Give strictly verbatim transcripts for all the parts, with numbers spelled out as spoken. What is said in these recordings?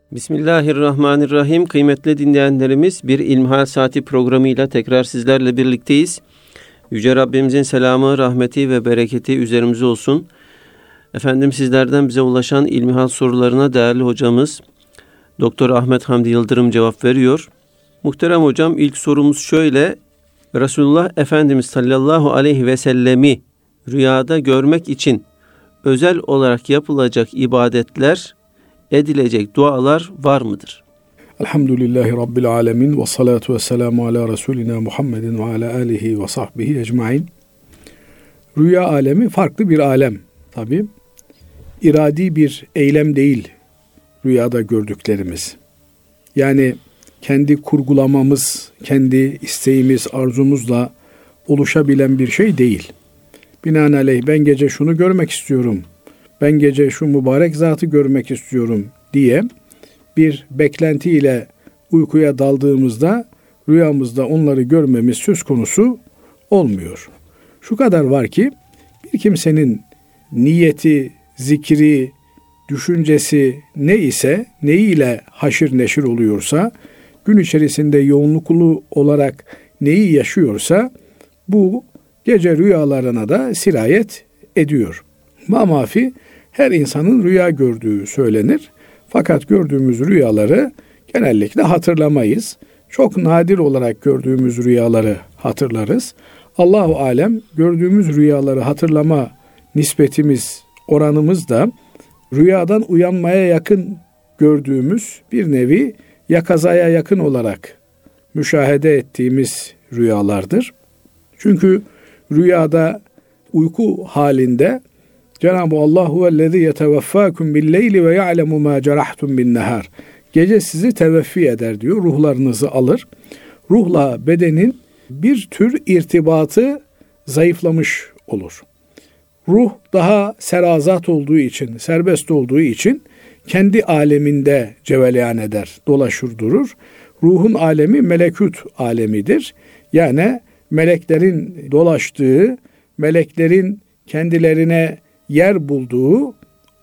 Bismillahirrahmanirrahim. Kıymetli dinleyenlerimiz, bir İlmihal Saati programıyla tekrar sizlerle birlikteyiz. Yüce Rabbimizin selamı, rahmeti ve bereketi üzerimize olsun. Efendim, sizlerden bize ulaşan İlmihal sorularına değerli hocamız Doktor Ahmet Hamdi Yıldırım cevap veriyor. Muhterem hocam, ilk sorumuz şöyle: Resulullah Efendimiz sallallahu aleyhi ve sellemi rüyada görmek için özel olarak yapılacak ibadetler, edilecek dualar var mıdır? Elhamdülillahi Rabbil alemin ve salatu ve selamu ala Resulina Muhammedin ve ala alihi ve sahbihi ecmain. Rüya alemi farklı bir alem tabi. İradi bir eylem değil rüyada gördüklerimiz. Yani kendi kurgulamamız, kendi isteğimiz, arzumuzla oluşabilen bir şey değil. Binaenaleyh ben gece şunu görmek istiyorum, ben gece şu mübarek zatı görmek istiyorum diye bir beklentiyle uykuya daldığımızda rüyamızda onları görmemiz söz konusu olmuyor. Şu kadar var ki bir kimsenin niyeti, zikri, düşüncesi ne ise, neyiyle haşir neşir oluyorsa, gün içerisinde yoğunluklu olarak neyi yaşıyorsa bu gece rüyalarına da sirayet ediyor. Mamafi her insanın rüya gördüğü söylenir. Fakat gördüğümüz rüyaları genellikle hatırlamayız. Çok nadir olarak gördüğümüz rüyaları hatırlarız. Allahu alem gördüğümüz rüyaları hatırlama nispetimiz, oranımız da rüyadan uyanmaya yakın gördüğümüz bir nevi yakazaya yakın olarak müşahede ettiğimiz rüyalardır. Çünkü rüyada uyku halinde Cenab-ı Allah huvellezî yeteveffâkum billeyli ve ya'lemu mâ cerahtum binnehâr. Gece sizi teveffi eder diyor. Ruhlarınızı alır. Ruhla bedenin bir tür irtibatı zayıflamış olur. Ruh daha serazat olduğu için, serbest olduğu için kendi aleminde ceveleyan eder, dolaşır durur. Ruhun alemi melekut alemidir. Yani meleklerin dolaştığı, meleklerin kendilerine yer bulduğu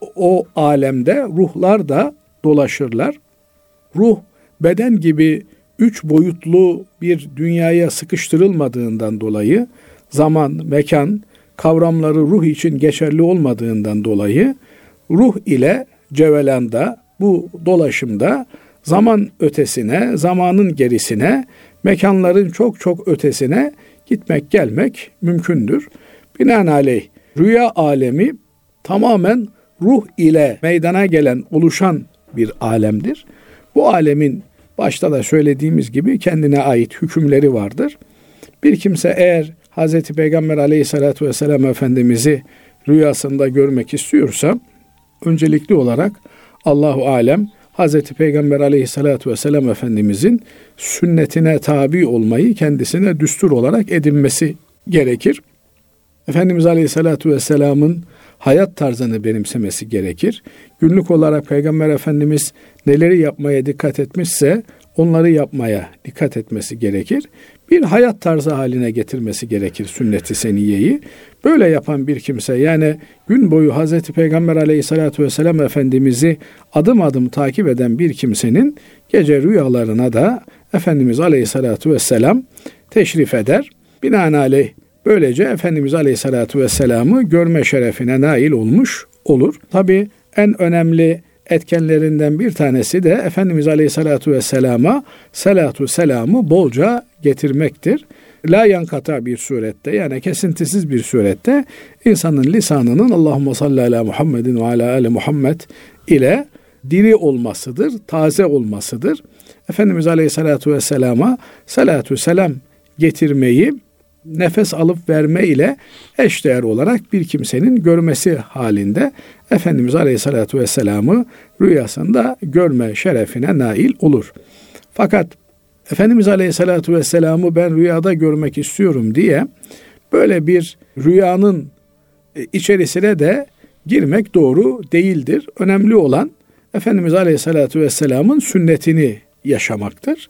o alemde ruhlar da dolaşırlar. Ruh beden gibi üç boyutlu bir dünyaya sıkıştırılmadığından dolayı, zaman, mekan kavramları ruh için geçerli olmadığından dolayı ruh ile cevelanda, bu dolaşımda zaman ötesine, zamanın gerisine, mekanların çok çok ötesine gitmek gelmek mümkündür. Binaenaleyh rüya alemi tamamen ruh ile meydana gelen, oluşan bir alemdir. Bu alemin başta da söylediğimiz gibi kendine ait hükümleri vardır. Bir kimse eğer Hazreti Peygamber aleyhissalatü vesselam Efendimiz'i rüyasında görmek istiyorsa, öncelikli olarak Allahu alem Hazreti Peygamber aleyhissalatü vesselam Efendimiz'in sünnetine tabi olmayı kendisine düstur olarak edinmesi gerekir. Efendimiz aleyhissalatü vesselamın hayat tarzını benimsemesi gerekir. Günlük olarak Peygamber Efendimiz neleri yapmaya dikkat etmişse onları yapmaya dikkat etmesi gerekir. Bir hayat tarzı haline getirmesi gerekir sünnet-i seniyeyi. Böyle yapan bir kimse, yani gün boyu Hazreti Peygamber aleyhissalatü vesselam Efendimiz'i adım adım takip eden bir kimsenin gece rüyalarına da Efendimiz aleyhissalatü vesselam teşrif eder. Binaenaleyh böylece Efendimiz aleyhissalatü vesselam'ı görme şerefine nail olmuş olur. Tabi en önemli etkenlerinden bir tanesi de Efendimiz aleyhissalatü vesselama salatu selamı bolca getirmektir. La yankata bir surette, yani kesintisiz bir surette insanın lisanının Allahümme salli ala Muhammedin ve ala ali Muhammed ile diri olmasıdır, taze olmasıdır. Efendimiz aleyhissalatü vesselama salatu selam getirmeyi nefes alıp verme ile eşdeğer olarak bir kimsenin görmesi halinde Efendimiz Aleyhisselatü Vesselam'ı rüyasında görme şerefine nail olur. Fakat Efendimiz Aleyhisselatü Vesselam'ı ben rüyada görmek istiyorum diye böyle bir rüyanın içerisine de girmek doğru değildir. Önemli olan Efendimiz Aleyhisselatü Vesselam'ın sünnetini yaşamaktır.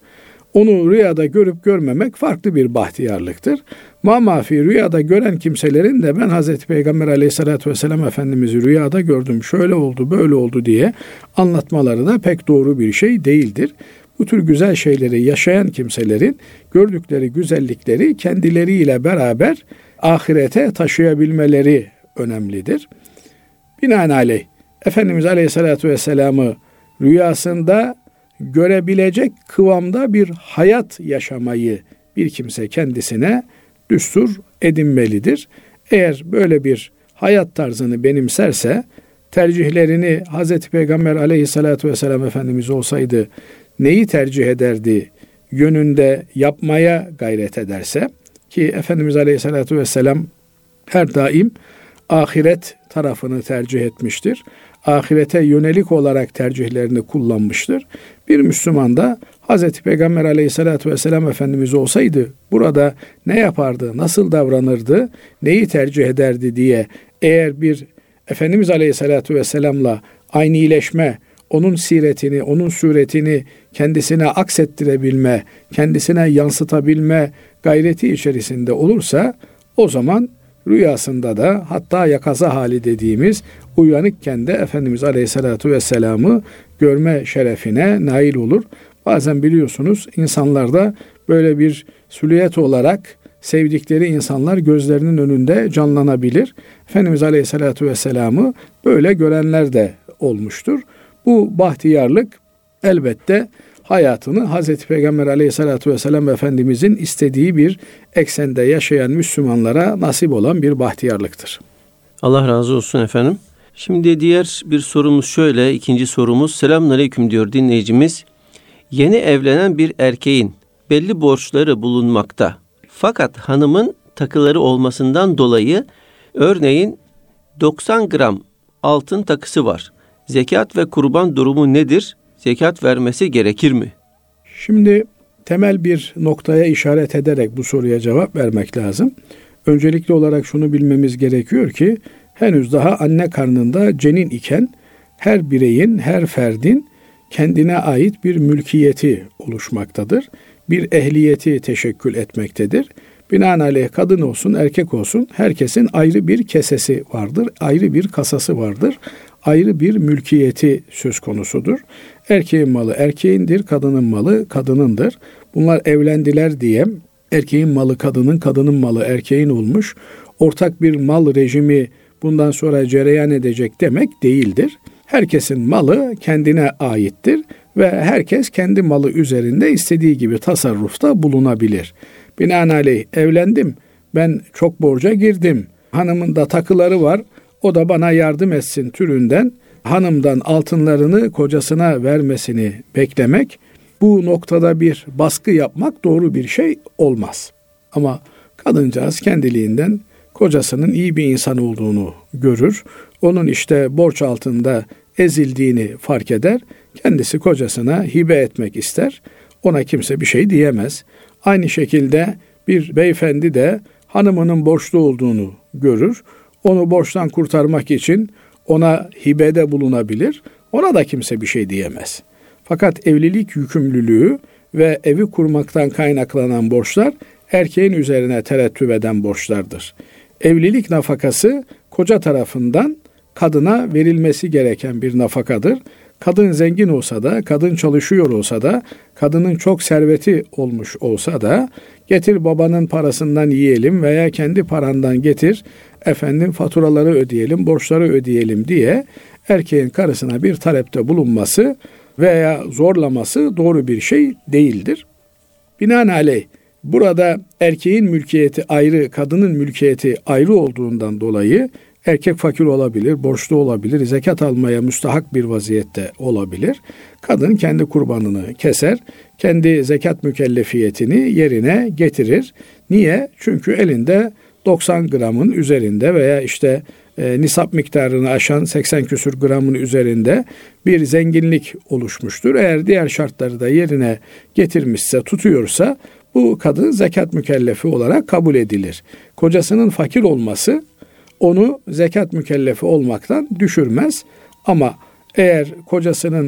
Onu rüyada görüp görmemek farklı bir bahtiyarlıktır. Ma mafi rüyada gören kimselerin de ben Hazreti Peygamber Aleyhisselatü Vesselam Efendimiz'i rüyada gördüm, şöyle oldu, böyle oldu diye anlatmaları da pek doğru bir şey değildir. Bu tür güzel şeyleri yaşayan kimselerin gördükleri güzellikleri kendileriyle beraber ahirete taşıyabilmeleri önemlidir. Binaenaleyh Efendimiz Aleyhisselatü Vesselam'ı rüyasında görebilecek kıvamda bir hayat yaşamayı bir kimse kendisine düstur edinmelidir. Eğer böyle bir hayat tarzını benimserse, tercihlerini Hazreti Peygamber Aleyhisselatü Vesselam Efendimiz olsaydı neyi tercih ederdi yönünde yapmaya gayret ederse, ki Efendimiz Aleyhisselatü Vesselam her daim ahiret tarafını tercih etmiştir. Ahirete yönelik olarak tercihlerini kullanmıştır. Bir Müslüman da Hazreti Peygamber Aleyhisselatü Vesselam Efendimiz olsaydı burada ne yapardı, nasıl davranırdı, neyi tercih ederdi diye eğer bir Efendimiz Aleyhisselatü Vesselam'la aynileşme, onun siretini, onun suretini kendisine aksettirebilme, kendisine yansıtabilme gayreti içerisinde olursa o zaman rüyasında da hatta yakaza hali dediğimiz uyanıkken de Efendimiz Aleyhisselatü Vesselam'ı görme şerefine nail olur. Bazen biliyorsunuz insanlarda böyle bir silüet olarak sevdikleri insanlar gözlerinin önünde canlanabilir. Efendimiz Aleyhisselatü Vesselam'ı böyle görenler de olmuştur. Bu bahtiyarlık elbette hayatını Hazreti Peygamber Aleyhisselatü Vesselam Efendimizin istediği bir eksende yaşayan Müslümanlara nasip olan bir bahtiyarlıktır. Allah razı olsun efendim. Şimdi diğer bir sorumuz şöyle, ikinci sorumuz. Selamünaleyküm diyor dinleyicimiz. Yeni evlenen bir erkeğin belli borçları bulunmakta. Fakat hanımın takıları olmasından dolayı örneğin doksan gram altın takısı var. Zekat ve kurban durumu nedir? Zekat vermesi gerekir mi? Şimdi temel bir noktaya işaret ederek bu soruya cevap vermek lazım. Öncelikli olarak şunu bilmemiz gerekiyor ki henüz daha anne karnında cenin iken her bireyin, her ferdin kendine ait bir mülkiyeti oluşmaktadır. Bir ehliyeti teşekkül etmektedir. Binaenaleyh kadın olsun, erkek olsun herkesin ayrı bir kesesi vardır, ayrı bir kasası vardır. Ayrı bir mülkiyeti söz konusudur. Erkeğin malı erkeğindir, kadının malı kadınındır. Bunlar evlendiler diye erkeğin malı kadının, kadının malı erkeğin olmuş. Ortak bir mal rejimi bundan sonra cereyan edecek demek değildir. Herkesin malı kendine aittir ve herkes kendi malı üzerinde istediği gibi tasarrufta bulunabilir. Binaenaleyh evlendim, ben çok borca girdim, hanımın da takıları var, o da bana yardım etsin türünden hanımdan altınlarını kocasına vermesini beklemek, bu noktada bir baskı yapmak doğru bir şey olmaz. Ama kadıncağız kendiliğinden kocasının iyi bir insan olduğunu görür. Onun işte borç altında ezildiğini fark eder. Kendisi kocasına hibe etmek ister. Ona kimse bir şey diyemez. Aynı şekilde bir beyefendi de hanımının borçlu olduğunu görür. Onu borçtan kurtarmak için ona hibede bulunabilir. Ona da kimse bir şey diyemez. Fakat evlilik yükümlülüğü ve evi kurmaktan kaynaklanan borçlar erkeğin üzerine terettüp eden borçlardır. Evlilik nafakası koca tarafından kadına verilmesi gereken bir nafakadır. Kadın zengin olsa da, kadın çalışıyor olsa da, kadının çok serveti olmuş olsa da getir babanın parasından yiyelim veya kendi parandan getir efendim faturaları ödeyelim, borçları ödeyelim diye erkeğin karısına bir talepte bulunması veya zorlaması doğru bir şey değildir. Binaenaleyh burada erkeğin mülkiyeti ayrı, kadının mülkiyeti ayrı olduğundan dolayı erkek fakir olabilir, borçlu olabilir, zekat almaya müstahak bir vaziyette olabilir. Kadın kendi kurbanını keser, kendi zekat mükellefiyetini yerine getirir. Niye? Çünkü elinde doksan gramın üzerinde veya işte e, nisap miktarını aşan seksen küsur gramın üzerinde bir zenginlik oluşmuştur. Eğer diğer şartları da yerine getirmişse, tutuyorsa bu kadın zekat mükellefi olarak kabul edilir. Kocasının fakir olması onu zekat mükellefi olmaktan düşürmez. Ama eğer kocasının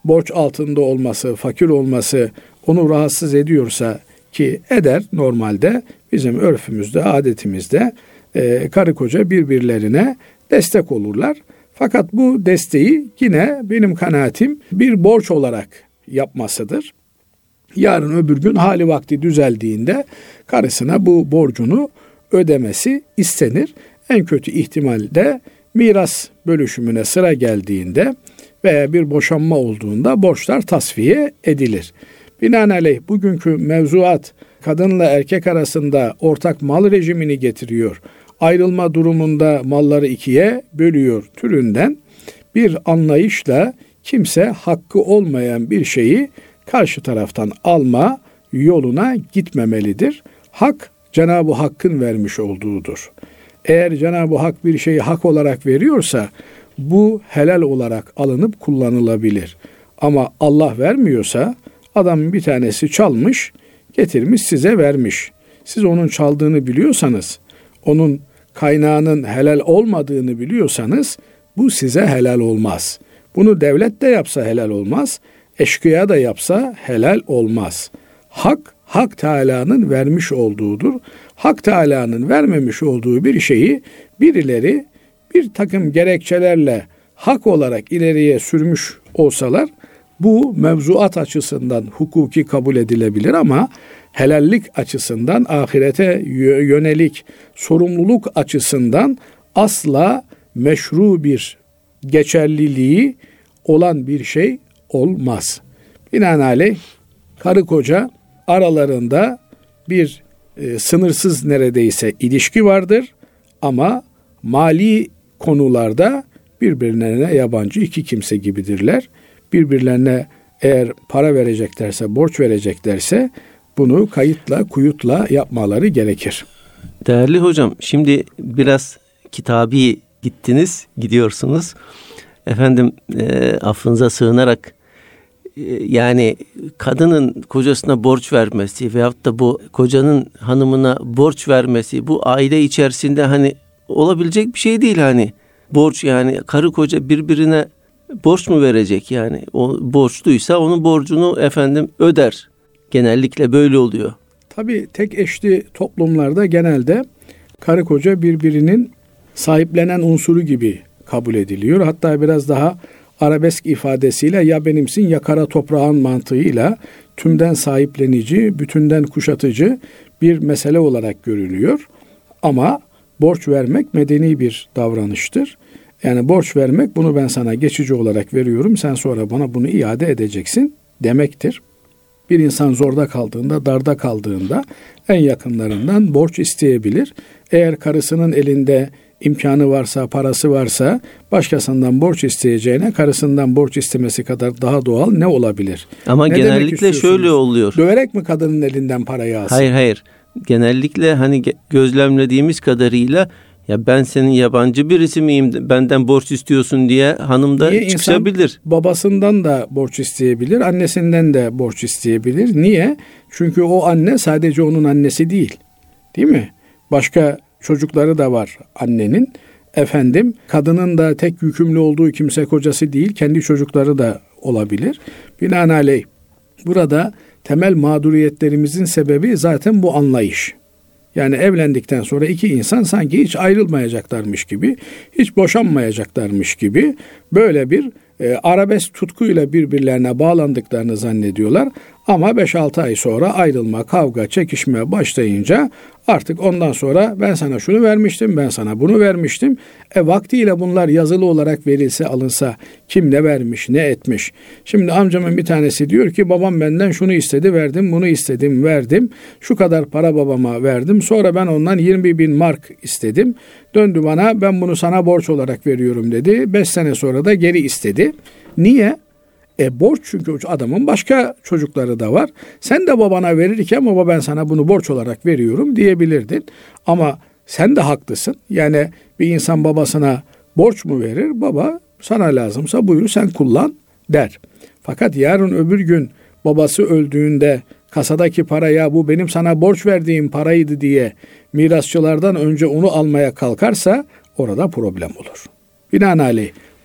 borç altında olması, fakir olması onu rahatsız ediyorsa, ki eder normalde, bizim örfümüzde, adetimizde e, karı koca birbirlerine destek olurlar. Fakat bu desteği yine benim kanaatim bir borç olarak yapmasıdır. Yarın öbür gün hali vakti düzeldiğinde karısına bu borcunu ödemesi istenir. En kötü ihtimalde miras bölüşümüne sıra geldiğinde veya bir boşanma olduğunda borçlar tasfiye edilir. Binaenaleyh bugünkü mevzuat kadınla erkek arasında ortak mal rejimini getiriyor. Ayrılma durumunda malları ikiye bölüyor türünden bir anlayışla kimse hakkı olmayan bir şeyi karşı taraftan alma yoluna gitmemelidir. Hak Cenab-ı Hakk'ın vermiş olduğudur. Eğer Cenab-ı Hak bir şeyi hak olarak veriyorsa bu helal olarak alınıp kullanılabilir. Ama Allah vermiyorsa adamın bir tanesi çalmış, getirmiş size vermiş. Siz onun çaldığını biliyorsanız, onun kaynağının helal olmadığını biliyorsanız bu size helal olmaz. Bunu devlet de yapsa helal olmaz, eşkıya da yapsa helal olmaz. Hak, Hak Teâlâ'nın vermiş olduğudur. Hak Teâlâ'nın vermemiş olduğu bir şeyi birileri bir takım gerekçelerle hak olarak ileriye sürmüş olsalar, bu mevzuat açısından hukuki kabul edilebilir ama helallik açısından, ahirete yönelik sorumluluk açısından asla meşru bir geçerliliği olan bir şey olmaz. Binaenaleyh karı koca aralarında bir e, sınırsız neredeyse ilişki vardır ama mali konularda birbirlerine yabancı iki kimse gibidirler. Birbirlerine eğer para vereceklerse, borç vereceklerse bunu kayıtla, kuyutla yapmaları gerekir. Değerli hocam, şimdi biraz kitabi gittiniz, gidiyorsunuz. Efendim e, affınıza sığınarak e, yani kadının kocasına borç vermesi veyahut da bu kocanın hanımına borç vermesi bu aile içerisinde hani olabilecek bir şey değil hani. Borç yani karı koca birbirine borç mu verecek yani? O borçluysa onun borcunu efendim öder. Genellikle böyle oluyor. Tabii tek eşli toplumlarda genelde karı koca birbirinin sahiplenen unsuru gibi kabul ediliyor. Hatta biraz daha arabesk ifadesiyle ya benimsin ya kara toprağın mantığıyla tümden sahiplenici, bütünden kuşatıcı bir mesele olarak görülüyor. Ama borç vermek medeni bir davranıştır. Yani borç vermek, bunu ben sana geçici olarak veriyorum, sen sonra bana bunu iade edeceksin demektir. Bir insan zorda kaldığında, darda kaldığında en yakınlarından borç isteyebilir. Eğer karısının elinde imkanı varsa, parası varsa başkasından borç isteyeceğine karısından borç istemesi kadar daha doğal ne olabilir? Ama ne genellikle şöyle oluyor. Döverek mi kadının elinden parayı alsın? Hayır hayır. Genellikle hani gözlemlediğimiz kadarıyla ya ben senin yabancı birisi miyim, benden borç istiyorsun diye hanım da Niye? çıkışabilir. İnsan babasından da borç isteyebilir, annesinden de borç isteyebilir. Niye? Çünkü o anne sadece onun annesi değil. Değil mi? Başka çocukları da var annenin. Efendim, kadının da tek yükümlü olduğu kimse kocası değil, kendi çocukları da olabilir. Binaenaleyh burada temel mağduriyetlerimizin sebebi zaten bu anlayış. Yani evlendikten sonra iki insan sanki hiç ayrılmayacaklarmış gibi, hiç boşanmayacaklarmış gibi böyle bir e, arabesk tutkuyla birbirlerine bağlandıklarını zannediyorlar. Ama beş altı ay sonra ayrılma, kavga, çekişmeye başlayınca artık ondan sonra ben sana şunu vermiştim, ben sana bunu vermiştim. E vaktiyle bunlar yazılı olarak verilse, alınsa kim ne vermiş, ne etmiş. Şimdi amcamın bir tanesi diyor ki babam benden şunu istedi, verdim, bunu istedim, verdim. Şu kadar para babama verdim. Sonra ben ondan yirmi bin mark istedim. Döndü bana, ben bunu sana borç olarak veriyorum dedi. beş sene sonra da geri istedi. Niye? E borç, çünkü adamın başka çocukları da var. Sen de babana verirken baba ben sana bunu borç olarak veriyorum diyebilirdin. Ama sen de haklısın. Yani bir insan babasına borç mu verir? Baba sana lazımsa buyur sen kullan der. Fakat yarın öbür gün babası öldüğünde kasadaki para ya bu benim sana borç verdiğim paraydı diye mirasçılardan önce onu almaya kalkarsa orada problem olur. Binaenaleyh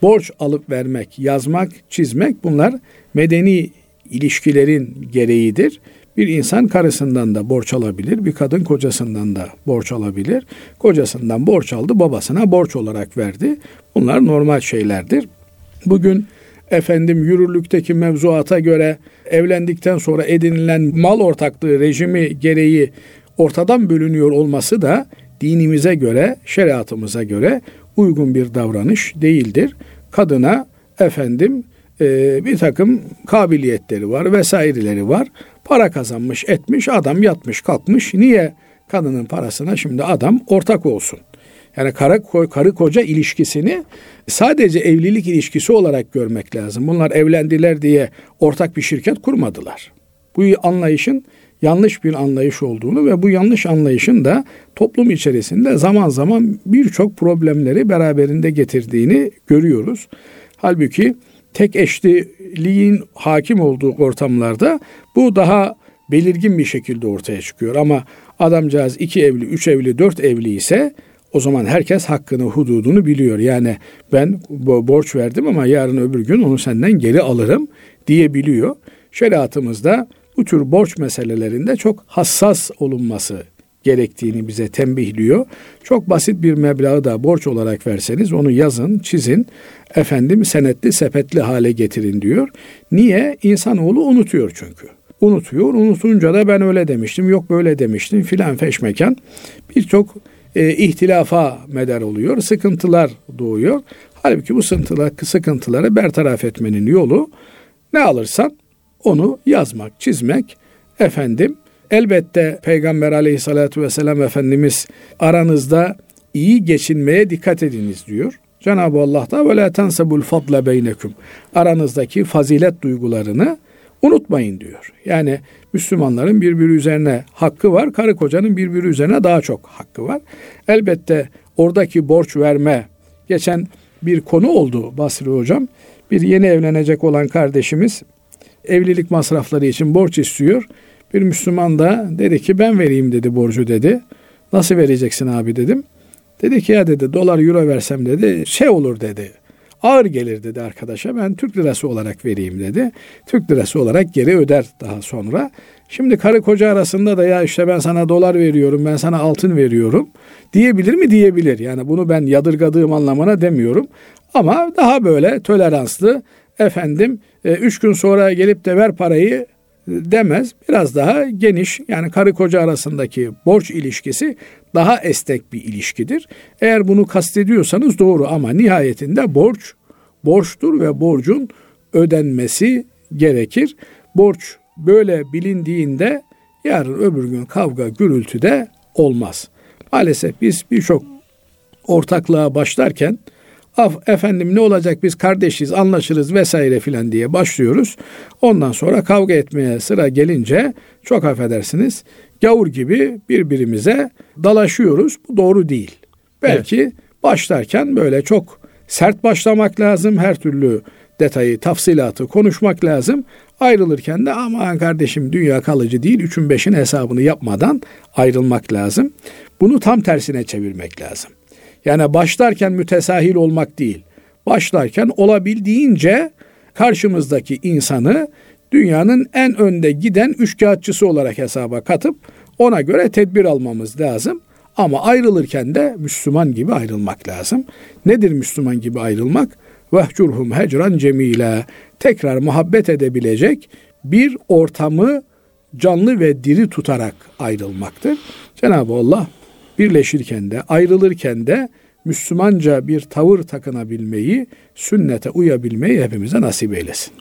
Borç alıp vermek, yazmak, çizmek bunlar medeni ilişkilerin gereğidir. Bir insan karısından da borç alabilir, bir kadın kocasından da borç alabilir. Kocasından borç aldı, babasına borç olarak verdi. Bunlar normal şeylerdir. Bugün efendim yürürlükteki mevzuata göre evlendikten sonra edinilen mal ortaklığı rejimi gereği ortadan bölünüyor olması da dinimize göre, şeriatımıza göre uygun bir davranış değildir. Kadına efendim e, bir takım kabiliyetleri var, vesaireleri var. Para kazanmış, etmiş, adam yatmış, kalkmış. Niye kadının parasına şimdi adam ortak olsun? Yani karı, karı koca ilişkisini sadece evlilik ilişkisi olarak görmek lazım. Bunlar evlendiler diye ortak bir şirket kurmadılar. Bu anlayışın yanlış bir anlayış olduğunu ve bu yanlış anlayışın da toplum içerisinde zaman zaman birçok problemleri beraberinde getirdiğini görüyoruz. Halbuki tek eşliliğin hakim olduğu ortamlarda bu daha belirgin bir şekilde ortaya çıkıyor. Ama adamcağız iki evli, üç evli, dört evli ise o zaman herkes hakkını, hududunu biliyor. Yani ben borç verdim ama yarın öbür gün onu senden geri alırım diyebiliyor. Şeriatımızda bu tür borç meselelerinde çok hassas olunması gerektiğini bize tembihliyor. Çok basit bir meblağı da borç olarak verseniz onu yazın, çizin, efendim senetli, sepetli hale getirin diyor. Niye? İnsanoğlu unutuyor çünkü. Unutuyor. Unutunca da ben öyle demiştim, yok böyle demiştim filan feşmekan birçok e, ihtilafa medar oluyor. Sıkıntılar doğuyor. Halbuki bu sıkıntılar, sıkıntıları bertaraf etmenin yolu ne alırsan onu yazmak, çizmek, efendim elbette Peygamber aleyhissalatü vesselam Efendimiz aranızda iyi geçinmeye dikkat ediniz diyor. Cenab-ı Allah da ve la tensebul fadle beynekum. Aranızdaki fazilet duygularını unutmayın diyor. Yani Müslümanların birbiri üzerine hakkı var. Karı kocanın birbiri üzerine daha çok hakkı var. Elbette oradaki borç verme, geçen bir konu oldu Basri Hocam. Bir yeni evlenecek olan kardeşimiz evlilik masrafları için borç istiyor. Bir Müslüman da dedi ki ben vereyim dedi borcu dedi. Nasıl vereceksin abi dedim. Dedi ki ya dedi dolar euro versem dedi şey olur dedi. Ağır gelir dedi arkadaşa, ben Türk lirası olarak vereyim dedi. Türk lirası olarak geri öder daha sonra. Şimdi karı koca arasında da ya işte ben sana dolar veriyorum, ben sana altın veriyorum diyebilir mi? Diyebilir. Yani bunu ben yadırgadığım anlamına demiyorum. Ama daha böyle toleranslı, efendim e, üç gün sonra gelip de ver parayı demez. Biraz daha geniş, yani karı koca arasındaki borç ilişkisi daha esnek bir ilişkidir. Eğer bunu kastediyorsanız doğru ama nihayetinde borç borçtur ve borcun ödenmesi gerekir. Borç böyle bilindiğinde yarın öbür gün kavga gürültü de olmaz. Maalesef biz birçok ortaklığa başlarken Af, efendim ne olacak biz kardeşiz anlaşırız vesaire filan diye başlıyoruz. Ondan sonra kavga etmeye sıra gelince çok affedersiniz gavur gibi birbirimize dalaşıyoruz. Bu doğru değil. Belki evet. Başlarken böyle çok sert başlamak lazım. Her türlü detayı, tafsilatı konuşmak lazım. Ayrılırken de aman kardeşim dünya kalıcı değil. Üçün beşin hesabını yapmadan ayrılmak lazım. Bunu tam tersine çevirmek lazım. Yani başlarken mütesahil olmak değil. Başlarken olabildiğince karşımızdaki insanı dünyanın en önde giden üçkağıtçısı olarak hesaba katıp ona göre tedbir almamız lazım. Ama ayrılırken de Müslüman gibi ayrılmak lazım. Nedir Müslüman gibi ayrılmak? Vehcurhum hecran cemila. Tekrar muhabbet edebilecek bir ortamı canlı ve diri tutarak ayrılmaktır. Cenab-ı Allah birleşirken de ayrılırken de Müslümanca bir tavır takınabilmeyi, sünnete uyabilmeyi hepimize nasip eylesin.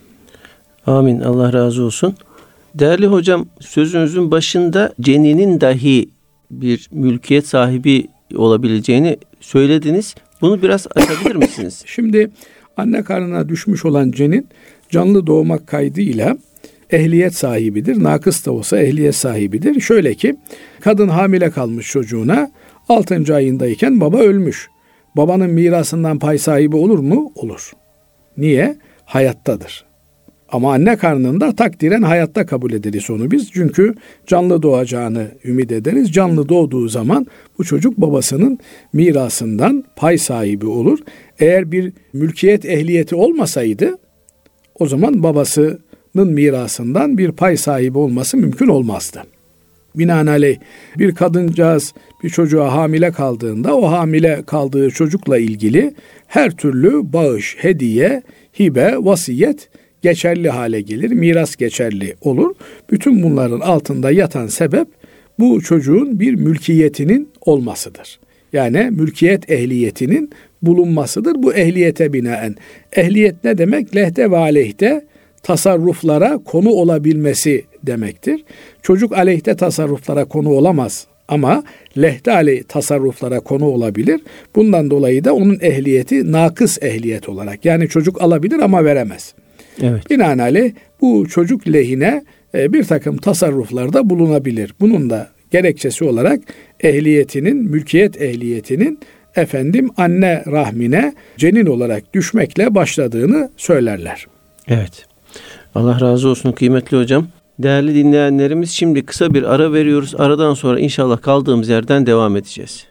Amin. Allah razı olsun. Değerli hocam, sözünüzün başında ceninin dahi bir mülkiyet sahibi olabileceğini söylediniz. Bunu biraz açabilir misiniz? Şimdi anne karnına düşmüş olan cenin canlı doğmak kaydıyla ehliyet sahibidir. Nakıs da olsa ehliyet sahibidir. Şöyle ki kadın hamile kalmış çocuğuna altıncı ayındayken baba ölmüş. Babanın mirasından pay sahibi olur mu? Olur. Niye? Hayattadır. Ama anne karnında takdiren hayatta kabul ederiz onu biz. Çünkü canlı doğacağını ümit ederiz. Canlı doğduğu zaman bu çocuk babasının mirasından pay sahibi olur. Eğer bir mülkiyet ehliyeti olmasaydı o zaman babasının mirasından bir pay sahibi olması mümkün olmazdı. Binaenaleyh bir kadıncağız bir çocuğa hamile kaldığında o hamile kaldığı çocukla ilgili her türlü bağış, hediye, hibe, vasiyet geçerli hale gelir, miras geçerli olur. Bütün bunların altında yatan sebep bu çocuğun bir mülkiyetinin olmasıdır. Yani mülkiyet ehliyetinin bulunmasıdır. Bu ehliyete binaen. Ehliyet ne demek? Lehte ve aleyhte tasarruflara konu olabilmesi demektir. Çocuk aleyhte tasarruflara konu olamaz ama lehte aleyh tasarruflara konu olabilir. Bundan dolayı da onun ehliyeti nakıs ehliyet olarak. Yani çocuk alabilir ama veremez. Evet. Binaenaleyh bu çocuk lehine bir takım tasarruflarda bulunabilir. Bunun da gerekçesi olarak ehliyetinin, mülkiyet ehliyetinin efendim anne rahmine cenin olarak düşmekle başladığını söylerler. Evet. Allah razı olsun kıymetli hocam. Değerli dinleyenlerimiz, şimdi kısa bir ara veriyoruz. Aradan sonra inşallah kaldığımız yerden devam edeceğiz.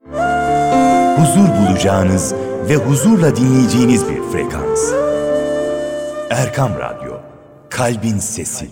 Huzur bulacağınız ve huzurla dinleyeceğiniz bir frekans. Erkam Radyo, Kalbin Sesi.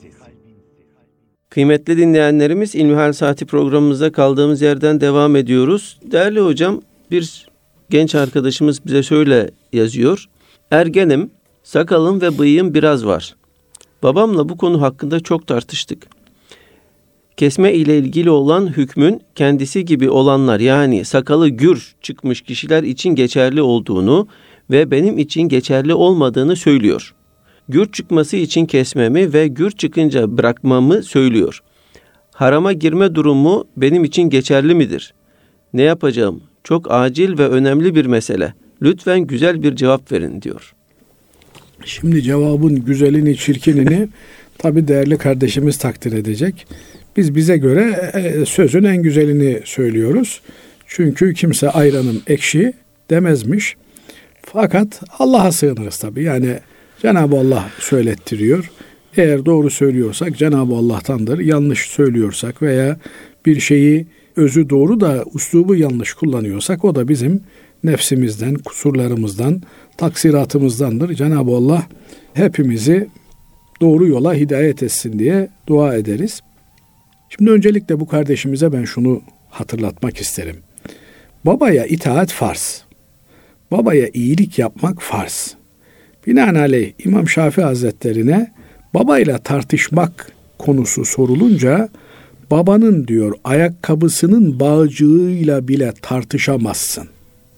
Kıymetli dinleyenlerimiz, İlmihal Saati programımızda kaldığımız yerden devam ediyoruz. Değerli hocam, bir genç arkadaşımız bize şöyle yazıyor. Ergenim, sakalım ve bıyığım biraz var. Babamla bu konu hakkında çok tartıştık. Kesme ile ilgili olan hükmün kendisi gibi olanlar, yani sakalı gür çıkmış kişiler için geçerli olduğunu ve benim için geçerli olmadığını söylüyor. Gür çıkması için kesmemi ve gür çıkınca bırakmamı söylüyor. Harama girme durumu benim için geçerli midir? Ne yapacağım? Çok acil ve önemli bir mesele. Lütfen güzel bir cevap verin diyor. Şimdi cevabın güzelini, çirkinini tabii değerli kardeşimiz takdir edecek. Biz bize göre sözün en güzelini söylüyoruz. Çünkü kimse ayranım ekşi demezmiş. Fakat Allah'a sığınırız tabii. Yani Cenab-ı Allah söylettiriyor. Eğer doğru söylüyorsak Cenab-ı Allah'tandır. Yanlış söylüyorsak veya bir şeyi özü doğru da üslubu yanlış kullanıyorsak o da bizim nefsimizden, kusurlarımızdan, taksiratımızdandır. Cenab-ı Allah hepimizi doğru yola hidayet etsin diye dua ederiz. Şimdi öncelikle bu kardeşimize ben şunu hatırlatmak isterim. Babaya itaat farz. Babaya iyilik yapmak farz. Binaenaleyh İmam Şafii Hazretlerine babayla tartışmak konusu sorulunca babanın diyor ayakkabısının bağcığıyla bile tartışamazsın.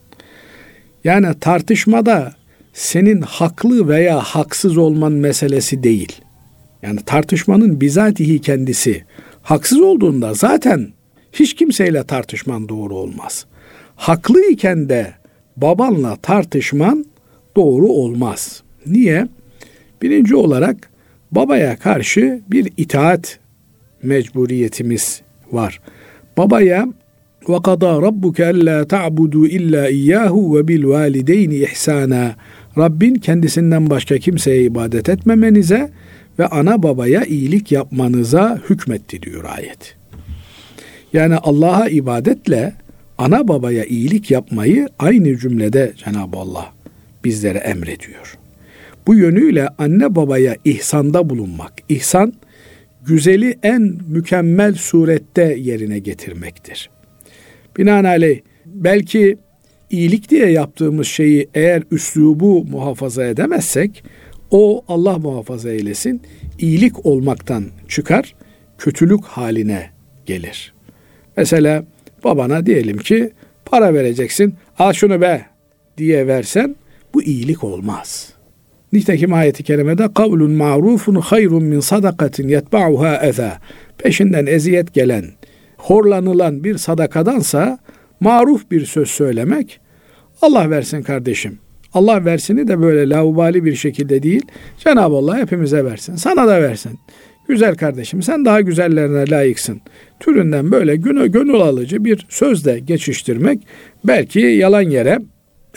Yani tartışmada senin haklı veya haksız olman meselesi değil. Yani tartışmanın bizatihi kendisi haksız olduğunda zaten hiç kimseyle tartışman doğru olmaz. Haklıyken de babanla tartışman doğru olmaz. Niye? Birinci olarak babaya karşı bir itaat mecburiyetimiz var. Babaya وَقَضَى رَبُّكَ أَلَّا تَعْبُدُوا إِلَّا إِيَّاهُ وَبِالْوَالِدَيْنِ إِحْسَانًا. Rabbin kendisinden başka kimseye ibadet etmemenize ve ana babaya iyilik yapmanıza hükmetti diyor ayet. Yani Allah'a ibadetle ana babaya iyilik yapmayı aynı cümlede Cenab-ı Allah bizlere emrediyor. Bu yönüyle anne babaya ihsanda bulunmak. İhsan, güzeli en mükemmel surette yerine getirmektir. Binaenaleyh belki iyilik diye yaptığımız şeyi eğer üslubu muhafaza edemezsek o Allah muhafaza eylesin iyilik olmaktan çıkar, kötülük haline gelir. Mesela babana diyelim ki para vereceksin, al şunu be diye versen bu iyilik olmaz. Nitekim ayet-i kerimede kavlun ma'rufun hayrun min sadakatin yetba'uha eza. Peşinden eziyet gelen, horlanılan bir sadakadansa maruf bir söz söylemek, Allah versin kardeşim. Allah versini de böyle laubali bir şekilde değil, Cenab-ı Allah hepimize versin. Sana da versin. Güzel kardeşim, sen daha güzellerine layıksın. Türünden böyle gönül, gönül alıcı bir sözle geçiştirmek belki yalan yere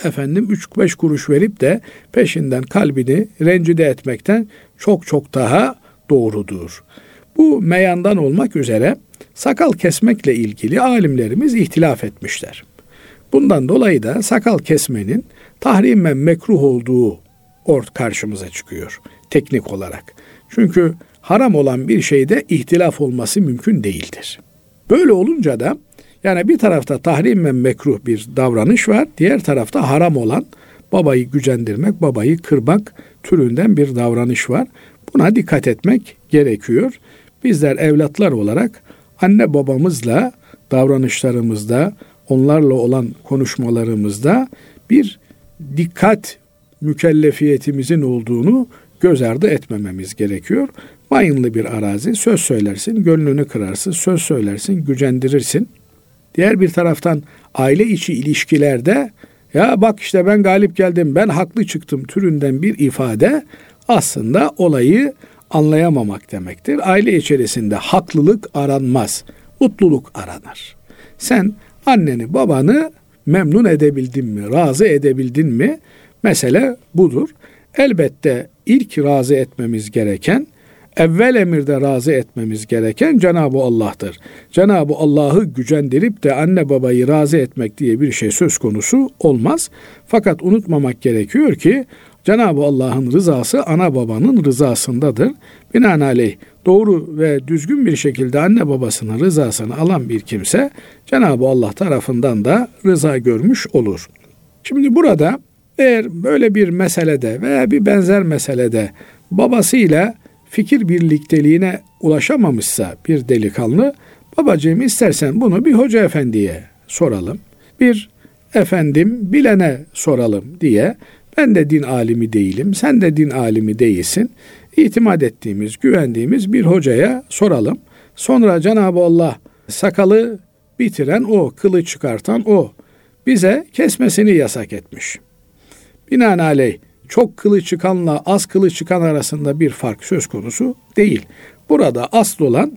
efendim üç beş kuruş verip de peşinden kalbini rencide etmekten çok çok daha doğrudur. Bu meyandan olmak üzere sakal kesmekle ilgili alimlerimiz ihtilaf etmişler. Bundan dolayı da sakal kesmenin tahrimen mekruh olduğu ort karşımıza çıkıyor teknik olarak. Çünkü haram olan bir şeyde ihtilaf olması mümkün değildir. Böyle olunca da yani bir tarafta tahrimen mekruh bir davranış var, diğer tarafta haram olan babayı gücendirmek, babayı kırmak türünden bir davranış var. Buna dikkat etmek gerekiyor. Bizler evlatlar olarak anne babamızla davranışlarımızda, onlarla olan konuşmalarımızda bir dikkat mükellefiyetimizin olduğunu göz ardı etmememiz gerekiyor. Mayınlı bir arazi, söz söylersin, gönlünü kırarsın, söz söylersin, gücendirirsin. Diğer bir taraftan aile içi ilişkilerde ya bak işte ben galip geldim, ben haklı çıktım türünden bir ifade aslında olayı anlayamamak demektir. Aile içerisinde haklılık aranmaz, mutluluk aranır. Sen anneni babanı memnun edebildin mi, razı edebildin mi? Mesele budur. Elbette ilk razı etmemiz gereken, evvel emirde razı etmemiz gereken Cenab-ı Allah'tır. Cenab-ı Allah'ı gücendirip de anne babayı razı etmek diye bir şey söz konusu olmaz. Fakat unutmamak gerekiyor ki Cenab-ı Allah'ın rızası ana babanın rızasındadır. Binaenaleyh doğru ve düzgün bir şekilde anne babasının rızasını alan bir kimse Cenab-ı Allah tarafından da rıza görmüş olur. Şimdi burada eğer böyle bir meselede veya bir benzer meselede babasıyla fikir birlikteliğine ulaşamamışsa bir delikanlı, babacığım istersen bunu bir hoca efendiye soralım, bir efendim bilene soralım diye, ben de din alimi değilim, sen de din alimi değilsin, itimat ettiğimiz, güvendiğimiz bir hocaya soralım. Sonra Cenab-ı Allah sakalı bitiren o, kılı çıkartan o, bize kesmesini yasak etmiş. Binaenaleyh çok kılı çıkanla az kılı çıkan arasında bir fark söz konusu değil. Burada asıl olan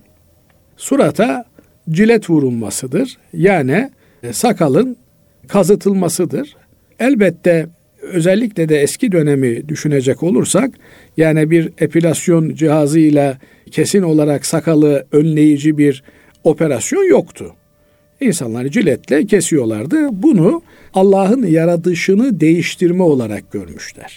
surata cilet vurulmasıdır. Yani sakalın kazıtılmasıdır. Elbette özellikle de eski dönemi düşünecek olursak, yani bir epilasyon cihazıyla kesin olarak sakalı önleyici bir operasyon yoktu. İnsanlar ciletle kesiyorlardı. Bunu Allah'ın yaratışını değiştirme olarak görmüşler.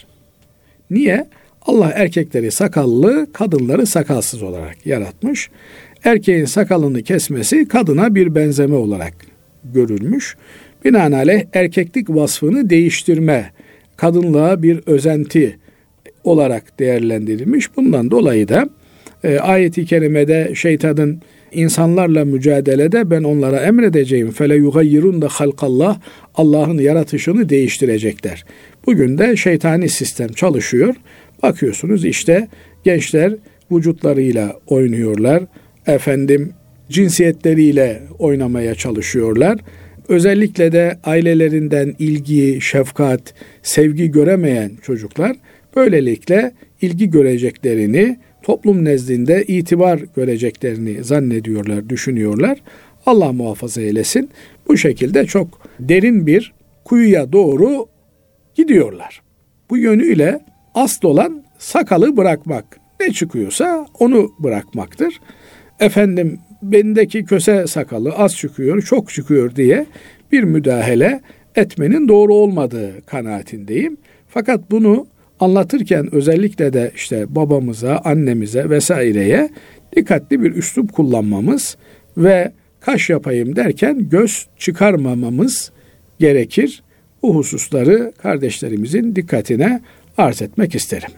Niye? Allah erkekleri sakallı, kadınları sakalsız olarak yaratmış. Erkeğin sakalını kesmesi kadına bir benzeme olarak görülmüş. Binaenaleyh erkeklik vasfını değiştirme, kadınlığa bir özenti olarak değerlendirilmiş. Bundan dolayı da e, ayet-i kerimede şeytanın insanlarla mücadelede ben onlara emredeceğim fele yugayyirun da halkallah, Allah'ın yaratışını değiştirecekler. Bugün de şeytani sistem çalışıyor. Bakıyorsunuz işte gençler vücutlarıyla oynuyorlar. Efendim cinsiyetleriyle oynamaya çalışıyorlar. Özellikle de ailelerinden ilgi, şefkat, sevgi göremeyen çocuklar böylelikle ilgi göreceklerini, toplum nezdinde itibar göreceklerini zannediyorlar, düşünüyorlar. Allah muhafaza eylesin. Bu şekilde çok derin bir kuyuya doğru gidiyorlar. Bu yönüyle asıl olan sakalı bırakmak. Ne çıkıyorsa onu bırakmaktır. Efendim bendeki köse sakalı az çıkıyor, çok çıkıyor diye bir müdahale etmenin doğru olmadığı kanaatindeyim. Fakat bunu anlatırken özellikle de işte babamıza, annemize vesaireye dikkatli bir üslup kullanmamız ve kaş yapayım derken göz çıkarmamamız gerekir. Bu hususları kardeşlerimizin dikkatine arz etmek isterim.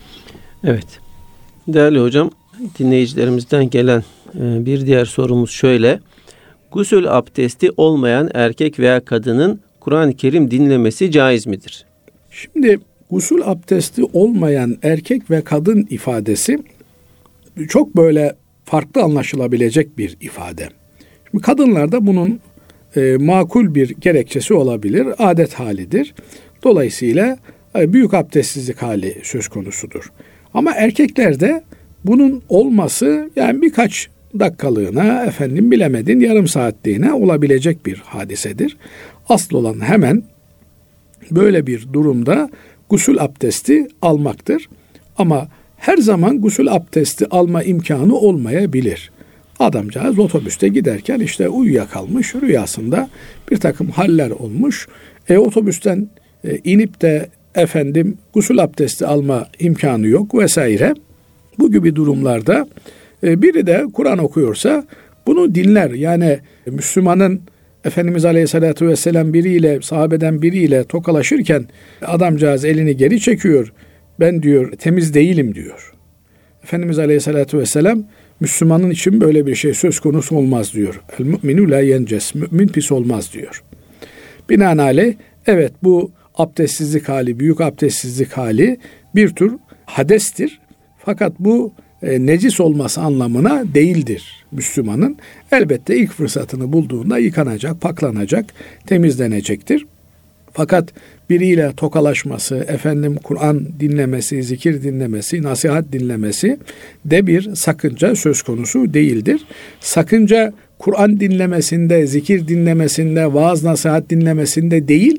Evet. Değerli hocam, dinleyicilerimizden gelen bir diğer sorumuz şöyle. Gusül abdesti olmayan erkek veya kadının Kur'an-ı Kerim dinlemesi caiz midir? Şimdi gusül abdesti olmayan erkek ve kadın ifadesi çok böyle farklı anlaşılabilecek bir ifade. Şimdi kadınlarda bunun e, makul bir gerekçesi olabilir, adet halidir. Dolayısıyla e, büyük abdestsizlik hali söz konusudur. Ama erkeklerde bunun olması yani birkaç dakikalığına, efendim bilemedin yarım saatliğine olabilecek bir hadisedir. Asıl olan hemen böyle bir durumda gusül abdesti almaktır. Ama her zaman gusül abdesti alma imkanı olmayabilir. Adamcağız otobüste giderken işte uyuyakalmış, rüyasında bir takım haller olmuş. E, otobüsten e, inip de efendim gusül abdesti alma imkanı yok vesaire. Bu gibi durumlarda e, biri de Kur'an okuyorsa bunu dinler. Yani Müslümanın Efendimiz Aleyhisselatü Vesselam biriyle, sahabeden biriyle tokalaşırken adamcağız elini geri çekiyor. Ben diyor temiz değilim diyor. Efendimiz Aleyhisselatü Vesselam Müslümanın için böyle bir şey söz konusu olmaz diyor. El mu'minu la yences. Mümin pis olmaz diyor. Binaenaleyh evet bu abdestsizlik hali, büyük abdestsizlik hali bir tür hadestir. Fakat bu e, necis olması anlamına değildir Müslümanın. Elbette ilk fırsatını bulduğunda yıkanacak, paklanacak, temizlenecektir. Fakat biriyle tokalaşması, efendim Kur'an dinlemesi, zikir dinlemesi, nasihat dinlemesi de bir sakınca söz konusu değildir. Sakınca Kur'an dinlemesinde, zikir dinlemesinde, vaaz nasihat dinlemesinde değil,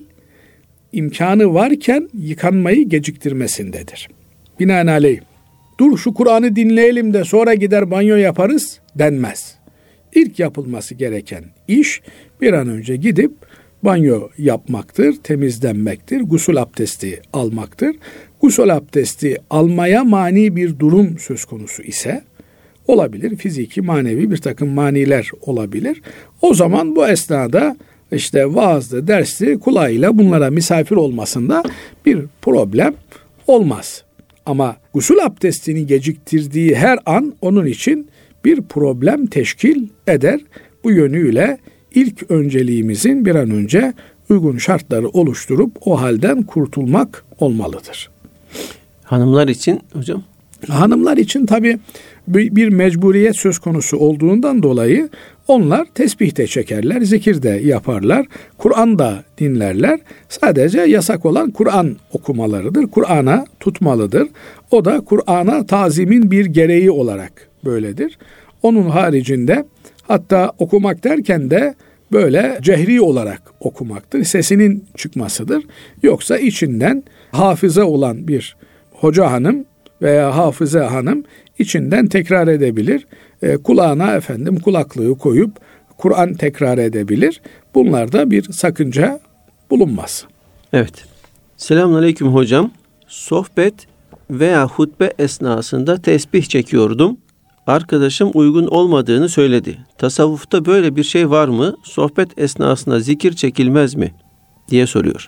imkanı varken yıkanmayı geciktirmesindedir. Binaenaleyh, dur şu Kur'an'ı dinleyelim de sonra gider banyo yaparız denmez. İlk yapılması gereken iş bir an önce gidip banyo yapmaktır, temizlenmektir, gusül abdesti almaktır. Gusül abdesti almaya mani bir durum söz konusu ise olabilir. Fiziki, manevi bir takım maniler olabilir. O zaman bu esnada işte vaazdı, dersti kulağıyla bunlara misafir olmasında bir problem olmaz. Ama gusül abdestini geciktirdiği her an onun için bir problem teşkil eder. Bu yönüyle ilk önceliğimizin bir an önce uygun şartları oluşturup o halden kurtulmak olmalıdır. Hanımlar için hocam? Hanımlar için tabii bir mecburiyet söz konusu olduğundan dolayı onlar tesbih de çekerler, zikir de yaparlar, Kur'an da dinlerler. Sadece yasak olan Kur'an okumalarıdır. Kur'an'a tutmalıdır. O da Kur'an'a tazimin bir gereği olarak böyledir. Onun haricinde hatta okumak derken de böyle cehri olarak okumaktır. Sesinin çıkmasıdır. Yoksa içinden hafıza olan bir hoca hanım veya hafıze hanım içinden tekrar edebilir. E, kulağına efendim kulaklığı koyup Kur'an tekrar edebilir. Bunlarda bir sakınca bulunmaz. Evet. Selamünaleyküm hocam. Sohbet veya hutbe esnasında tesbih çekiyordum. Arkadaşım uygun olmadığını söyledi. Tasavvufta böyle bir şey var mı? Sohbet esnasında zikir çekilmez mi? Diye soruyor.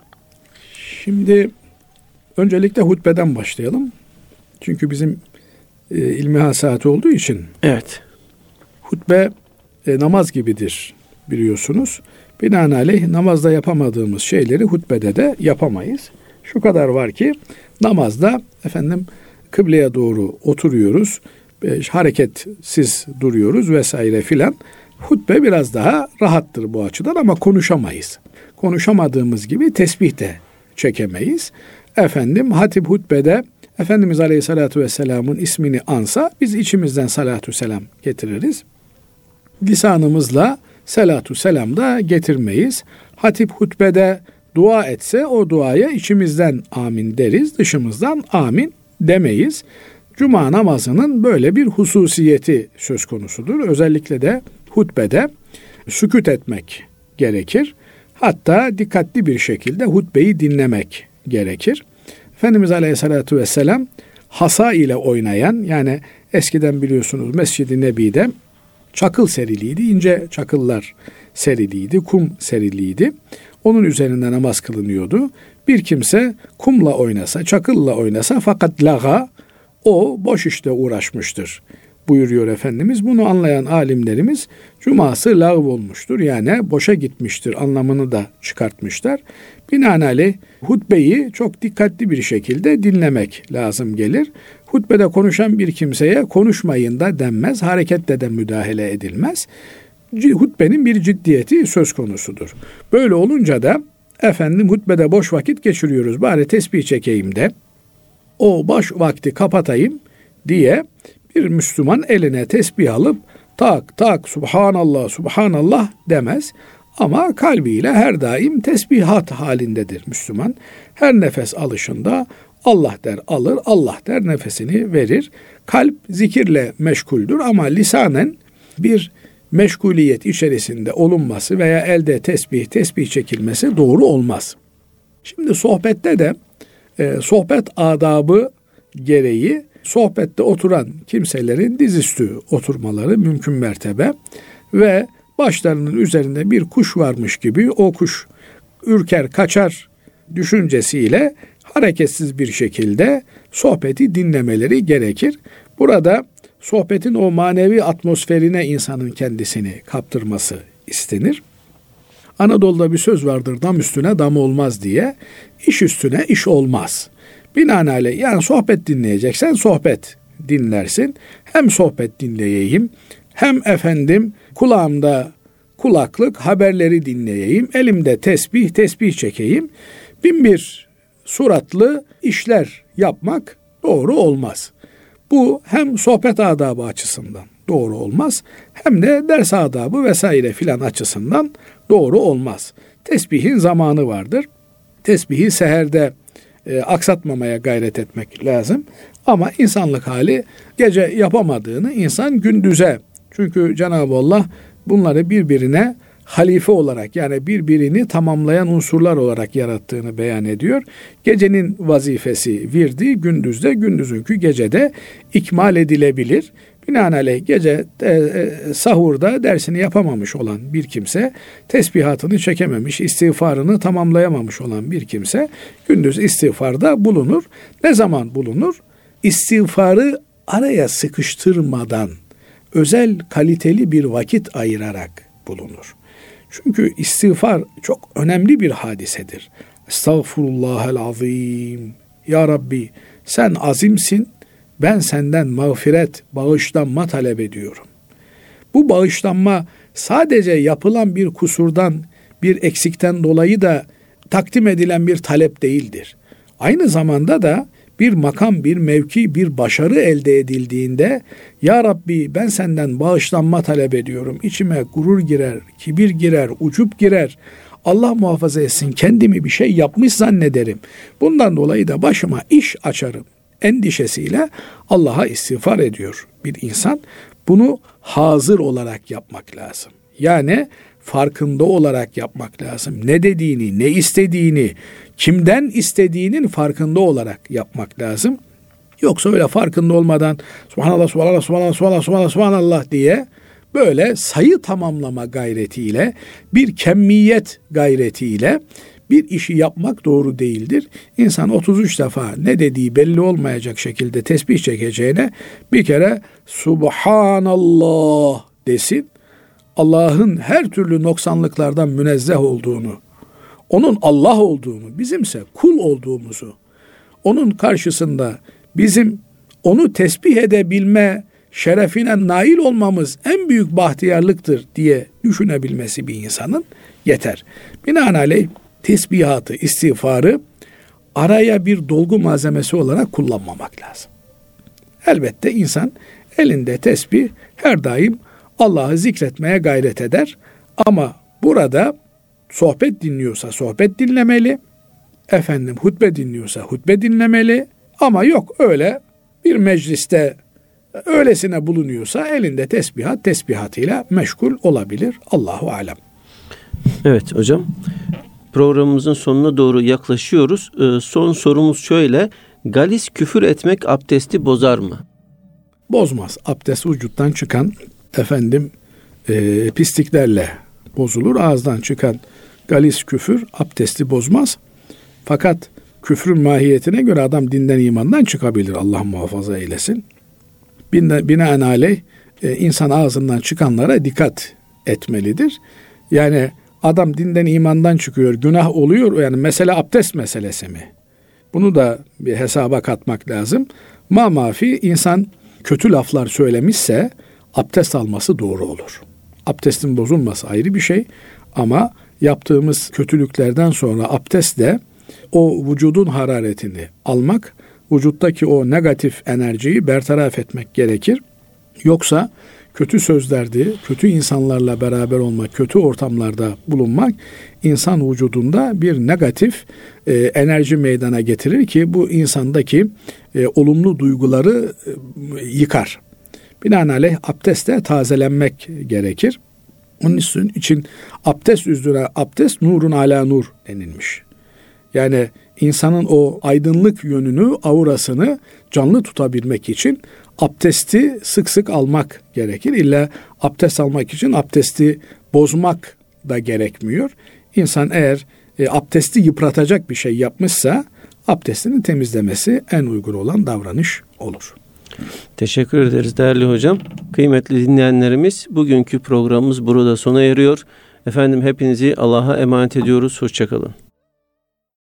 Şimdi öncelikle hutbeden başlayalım. Çünkü bizim e, ilmihal saati olduğu için. Evet. Hutbe e, namaz gibidir biliyorsunuz. Binaenaleyh namazda yapamadığımız şeyleri hutbede de yapamayız. Şu kadar var ki namazda efendim kıbleye doğru oturuyoruz. E, hareketsiz duruyoruz vesaire filan. Hutbe biraz daha rahattır bu açıdan ama konuşamayız. Konuşamadığımız gibi tesbih de çekemeyiz. Efendim hatip hutbede Efendimiz Aleyhisselatü Vesselam'ın ismini ansa biz içimizden salatü selam getiririz. Lisanımızla salatü selam da getirmeyiz. Hatip hutbede dua etse o duaya içimizden amin deriz, dışımızdan amin demeyiz. Cuma namazının böyle bir hususiyeti söz konusudur. Özellikle de hutbede sükût etmek gerekir. Hatta dikkatli bir şekilde hutbeyi dinlemek gerekir. Efendimiz Aleyhisselatü Vesselam hasa ile oynayan, yani eskiden biliyorsunuz Mescid-i Nebi'de çakıl seriliydi, ince çakıllar seriliydi, kum seriliydi. Onun üzerinde namaz kılınıyordu. Bir kimse kumla oynasa, çakılla oynasa fakat laga, o boş işte uğraşmıştır buyuruyor Efendimiz. Bunu anlayan alimlerimiz cuması lağv olmuştur, yani boşa gitmiştir anlamını da çıkartmışlar. Binaenaleyh hutbeyi çok dikkatli bir şekilde dinlemek lazım gelir. Hutbede konuşan bir kimseye konuşmayın da denmez, hareketle de müdahale edilmez. Hutbenin bir ciddiyeti söz konusudur. Böyle olunca da efendim hutbede boş vakit geçiriyoruz, bari tesbih çekeyim de o boş vakti kapatayım diye bir Müslüman eline tesbih alıp tak tak subhanallah subhanallah demez. Ama kalbiyle her daim tesbihat halindedir Müslüman. Her nefes alışında Allah der alır, Allah der nefesini verir. Kalp zikirle meşguldür ama lisanen bir meşguliyet içerisinde olunması veya elde tesbih, tesbih çekilmesi doğru olmaz. Şimdi sohbette de e, sohbet adabı gereği sohbette oturan kimselerin dizüstü oturmaları mümkün mertebe ve başlarının üzerinde bir kuş varmış gibi o kuş ürker kaçar düşüncesiyle hareketsiz bir şekilde sohbeti dinlemeleri gerekir. Burada sohbetin o manevi atmosferine insanın kendisini kaptırması istenir. Anadolu'da bir söz vardır, dam üstüne dam olmaz diye. İş üstüne iş olmaz. Binaenaleyh yani sohbet dinleyeceksen sohbet dinlersin. Hem sohbet dinleyeyim, hem efendim kulağımda kulaklık haberleri dinleyeyim, elimde tesbih, tesbih çekeyim. Bin bir suratlı işler yapmak doğru olmaz. Bu hem sohbet adabı açısından doğru olmaz, hem de ders adabı vesaire filan açısından doğru olmaz. Tesbihin zamanı vardır. Tesbihi seherde e, aksatmamaya gayret etmek lazım. Ama insanlık hali gece yapamadığını insan gündüze, çünkü Cenab-ı Allah bunları birbirine halife olarak yani birbirini tamamlayan unsurlar olarak yarattığını beyan ediyor. Gecenin vazifesi virdi, gündüzde, gündüzünkü gecede ikmal edilebilir. Binaenaleyh gece e, e, sahurda dersini yapamamış olan bir kimse, tesbihatını çekememiş, istiğfarını tamamlayamamış olan bir kimse gündüz istiğfarda bulunur. Ne zaman bulunur? İstiğfarı araya sıkıştırmadan, özel kaliteli bir vakit ayırarak bulunur. Çünkü istiğfar çok önemli bir hadisedir. Estağfurullahel azim. Ya Rabbi sen azimsin, ben senden mağfiret, bağışlanma talep ediyorum. Bu bağışlanma sadece yapılan bir kusurdan, bir eksikten dolayı da takdim edilen bir talep değildir. Aynı zamanda da bir makam, bir mevki, bir başarı elde edildiğinde Ya Rabbi ben senden bağışlanma talep ediyorum. İçime gurur girer, kibir girer, ucup girer. Allah muhafaza etsin kendimi bir şey yapmış zannederim. Bundan dolayı da başıma iş açarım endişesiyle Allah'a istiğfar ediyor bir insan. Bunu hazır olarak yapmak lazım. Yani farkında olarak yapmak lazım. Ne dediğini, ne istediğini, kimden istediğinin farkında olarak yapmak lazım. Yoksa öyle farkında olmadan Subhanallah, Subhanallah, Subhanallah, Subhanallah, Subhanallah, Subhanallah diye böyle sayı tamamlama gayretiyle, bir kemmiyet gayretiyle bir işi yapmak doğru değildir. İnsan otuz üç defa ne dediği belli olmayacak şekilde tesbih çekeceğine bir kere Subhanallah desin. Allah'ın her türlü noksanlıklardan münezzeh olduğunu, onun Allah olduğunu, bizimse kul olduğumuzu, onun karşısında bizim onu tesbih edebilme şerefine nail olmamız en büyük bahtiyarlıktır diye düşünebilmesi bir insanın yeter. Binaenaleyh tesbihatı, istiğfarı araya bir dolgu malzemesi olarak kullanmamak lazım. Elbette insan elinde tesbih her daim Allah'ı zikretmeye gayret eder. Ama burada sohbet dinliyorsa sohbet dinlemeli. Efendim hutbe dinliyorsa hutbe dinlemeli. Ama yok öyle bir mecliste öylesine bulunuyorsa elinde tesbihat, tesbihatıyla meşgul olabilir. Allahu alem. Evet hocam. Programımızın sonuna doğru yaklaşıyoruz. Ee, son sorumuz şöyle. Galis küfür etmek abdesti bozar mı? Bozmaz. Abdest vücuttan çıkan efendim e, pisliklerle bozulur. Ağızdan çıkan galis küfür abdesti bozmaz. Fakat küfrün mahiyetine göre adam dinden imandan çıkabilir. Allah muhafaza eylesin. Binaenaleyh e, insan ağzından çıkanlara dikkat etmelidir. Yani adam dinden imandan çıkıyor, günah oluyor. Yani mesele abdest meselesi mi? Bunu da bir hesaba katmak lazım. Ma mafi insan kötü laflar söylemişse abdest alması doğru olur. Abdestin bozulması ayrı bir şey ama yaptığımız kötülüklerden sonra abdestle o vücudun hararetini almak, vücuttaki o negatif enerjiyi bertaraf etmek gerekir. Yoksa kötü sözlerde, kötü insanlarla beraber olmak, kötü ortamlarda bulunmak insan vücudunda bir negatif e, enerji meydana getirir ki bu insandaki e, olumlu duyguları e, yıkar. Binaenaleyh abdestle tazelenmek gerekir. Onun için abdest üzere abdest nurun ala nur denilmiş. Yani insanın o aydınlık yönünü, aurasını canlı tutabilmek için abdesti sık sık almak gerekir. İlla abdest almak için abdesti bozmak da gerekmiyor. İnsan eğer e, abdesti yıpratacak bir şey yapmışsa abdestini temizlemesi en uygun olan davranış olur. Teşekkür ederiz değerli hocam. Kıymetli dinleyenlerimiz, bugünkü programımız burada sona eriyor. Efendim hepinizi Allah'a emanet ediyoruz. Hoşça kalın.